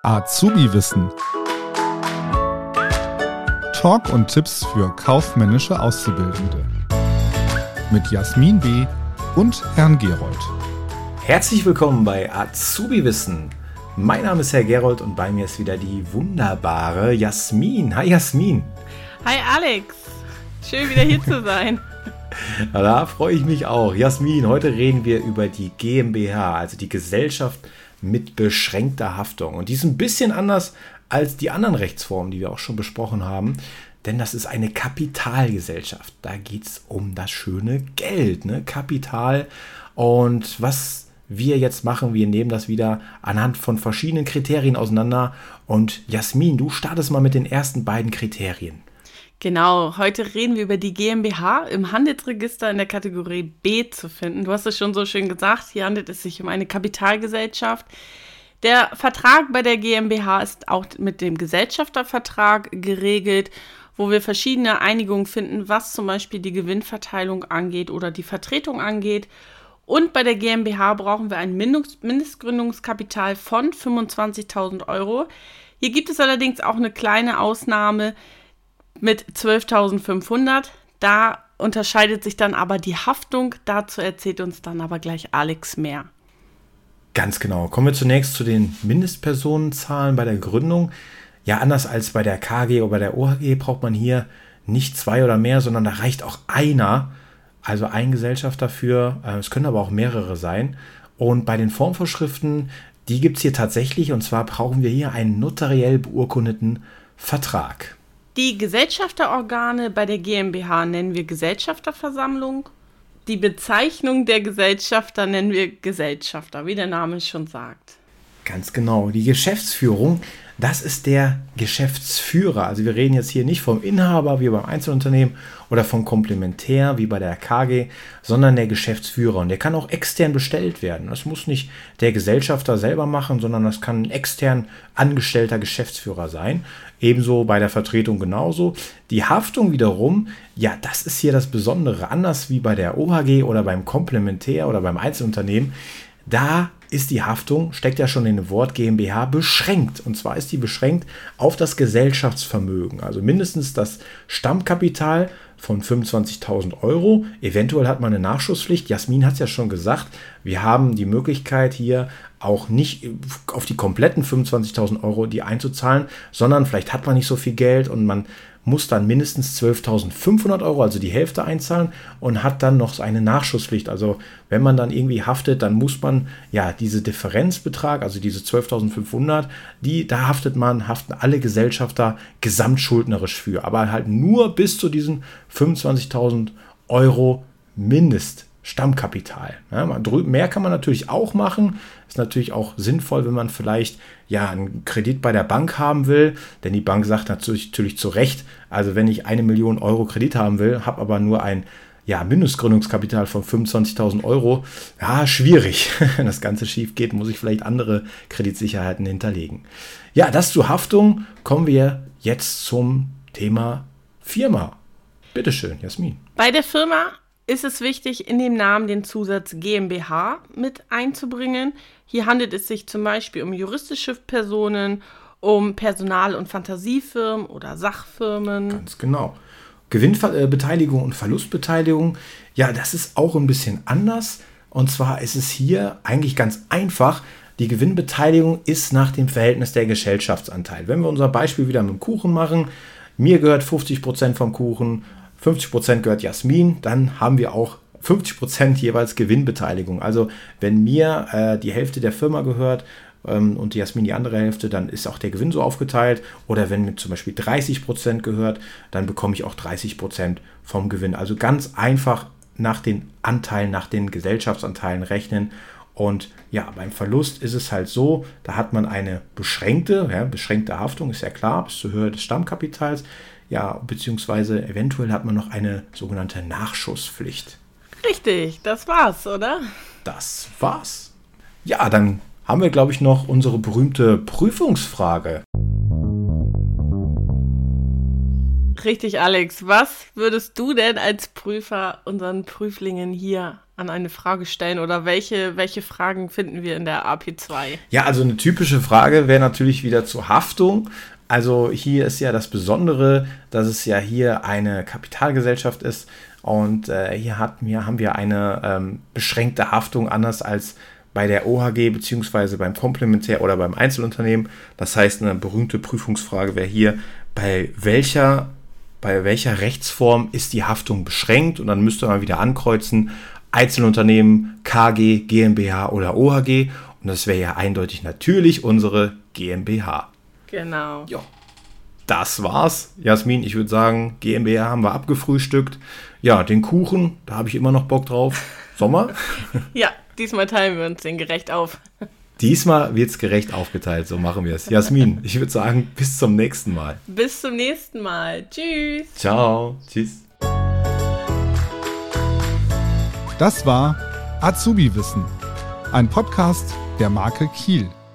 Azubi-Wissen. Talk und Tipps für kaufmännische Auszubildende. Mit Jasmin B. und Herrn Gerold. Herzlich willkommen bei Azubi-Wissen. Mein Name ist Herr Gerold und bei mir ist wieder die wunderbare Jasmin. Hi Jasmin. Hi Alex. Schön wieder hier zu sein. Da freue ich mich auch. Jasmin, heute reden wir über die GmbH, also die Gesellschaft mit beschränkter Haftung. Und die ist ein bisschen anders als die anderen Rechtsformen, die wir auch schon besprochen haben. Denn das ist eine Kapitalgesellschaft. Da geht es um das schöne Geld, ne? Kapital. Und was wir jetzt machen, wir nehmen das wieder anhand von verschiedenen Kriterien auseinander. Und Jasmin, du startest mal mit den ersten beiden Kriterien. Genau, heute reden wir über die GmbH im Handelsregister in der Kategorie B zu finden. Du hast es schon so schön gesagt, hier handelt es sich um eine Kapitalgesellschaft. Der Vertrag bei der GmbH ist auch mit dem Gesellschaftervertrag geregelt, wo wir verschiedene Einigungen finden, was zum Beispiel die Gewinnverteilung angeht oder die Vertretung angeht. Und bei der GmbH brauchen wir ein Mindestgründungskapital von 25.000 Euro. Hier gibt es allerdings auch eine kleine Ausnahme mit 12.500. Da unterscheidet sich dann aber die Haftung. Dazu erzählt uns dann aber gleich Alex mehr. Ganz genau. Kommen wir zunächst zu den Mindestpersonenzahlen bei der Gründung. Ja, anders als bei der KG oder bei der OHG braucht man hier nicht zwei oder mehr, sondern da reicht auch einer, also ein Gesellschafter dafür. Es können aber auch mehrere sein. Und bei den Formvorschriften, die gibt es hier tatsächlich. Und zwar brauchen wir hier einen notariell beurkundeten Vertrag. Die Gesellschafterorgane bei der GmbH nennen wir Gesellschafterversammlung. Die Bezeichnung der Gesellschafter nennen wir Gesellschafter, wie der Name schon sagt. Ganz genau. Die Geschäftsführung, das ist der Geschäftsführer. Also wir reden jetzt hier nicht vom Inhaber wie beim Einzelunternehmen oder vom Komplementär wie bei der KG, sondern der Geschäftsführer. Und der kann auch extern bestellt werden. Das muss nicht der Gesellschafter selber machen, sondern das kann ein extern angestellter Geschäftsführer sein. Ebenso bei der Vertretung genauso. Die Haftung wiederum, ja, das ist hier das Besondere. Anders wie bei der OHG oder beim Komplementär oder beim Einzelunternehmen. Da ist die Haftung, steckt ja schon in dem Wort GmbH, beschränkt. Und zwar ist die beschränkt auf das Gesellschaftsvermögen. Also mindestens das Stammkapital von 25.000 Euro. Eventuell hat man eine Nachschusspflicht. Jasmin hat es ja schon gesagt, wir haben die Möglichkeit hier auch nicht auf die kompletten 25.000 Euro die einzuzahlen, sondern vielleicht hat man nicht so viel Geld und man muss dann mindestens 12.500 Euro, also die Hälfte einzahlen und hat dann noch eine Nachschusspflicht. Also wenn man dann irgendwie haftet, dann muss man ja diese Differenzbetrag, also diese 12.500, haften alle Gesellschafter gesamtschuldnerisch für, aber halt nur bis zu diesen 25.000 Euro Mindeststammkapital. Ja, mehr kann man natürlich auch machen. Ist natürlich auch sinnvoll, wenn man vielleicht ja einen Kredit bei der Bank haben will, denn die Bank sagt natürlich zu Recht, also wenn ich 1 Million Euro Kredit haben will, habe aber nur ein Mindestgründungskapital von 25.000 Euro, ja, schwierig. Wenn das Ganze schief geht, muss ich vielleicht andere Kreditsicherheiten hinterlegen. Ja, das zur Haftung. Kommen wir jetzt zum Thema Firma. Bitteschön, Jasmin. Bei der Firma ist es wichtig, in dem Namen den Zusatz GmbH mit einzubringen. Hier handelt es sich zum Beispiel um juristische Personen, um Personal- und Fantasiefirmen oder Sachfirmen. Ganz genau. Gewinnbeteiligung und Verlustbeteiligung, ja, das ist auch ein bisschen anders. Und zwar ist es hier eigentlich ganz einfach. Die Gewinnbeteiligung ist nach dem Verhältnis der Gesellschaftsanteil. Wenn wir unser Beispiel wieder mit dem Kuchen machen, mir gehört 50% vom Kuchen, 50% gehört Jasmin, dann haben wir auch 50% jeweils Gewinnbeteiligung. Also wenn mir die Hälfte der Firma gehört und Jasmin die andere Hälfte, dann ist auch der Gewinn so aufgeteilt. Oder wenn mir zum Beispiel 30% gehört, dann bekomme ich auch 30% vom Gewinn. Also ganz einfach nach den Anteilen, nach den Gesellschaftsanteilen rechnen. Und ja, beim Verlust ist es halt so, da hat man eine beschränkte Haftung, ist ja klar, bis zur Höhe des Stammkapitals. Ja, beziehungsweise eventuell hat man noch eine sogenannte Nachschusspflicht. Richtig, das war's, oder? Das war's. Ja, dann haben wir, glaube ich, noch unsere berühmte Prüfungsfrage. Richtig, Alex. Was würdest du denn als Prüfer unseren Prüflingen hier an eine Frage stellen oder welche Fragen finden wir in der AP2? Ja, also eine typische Frage wäre natürlich wieder zur Haftung. Also hier ist ja das Besondere, dass es ja hier eine Kapitalgesellschaft ist und hier haben wir eine beschränkte Haftung, anders als bei der OHG bzw. beim Komplementär- oder beim Einzelunternehmen. Das heißt, eine berühmte Prüfungsfrage wäre hier, bei welcher Rechtsform ist die Haftung beschränkt? Und dann müsste man wieder ankreuzen, Einzelunternehmen, KG, GmbH oder OHG. Und das wäre ja eindeutig natürlich unsere GmbH. Genau. Ja, das war's. Jasmin, ich würde sagen, GmbH haben wir abgefrühstückt. Ja, den Kuchen, da habe ich immer noch Bock drauf. Sommer? Ja, diesmal teilen wir uns den gerecht auf. Diesmal wird es gerecht aufgeteilt, so machen wir es. Jasmin, ich würde sagen, bis zum nächsten Mal. Bis zum nächsten Mal. Tschüss. Ciao. Tschüss. Das war Azubi Wissen, ein Podcast der Marke Kiel.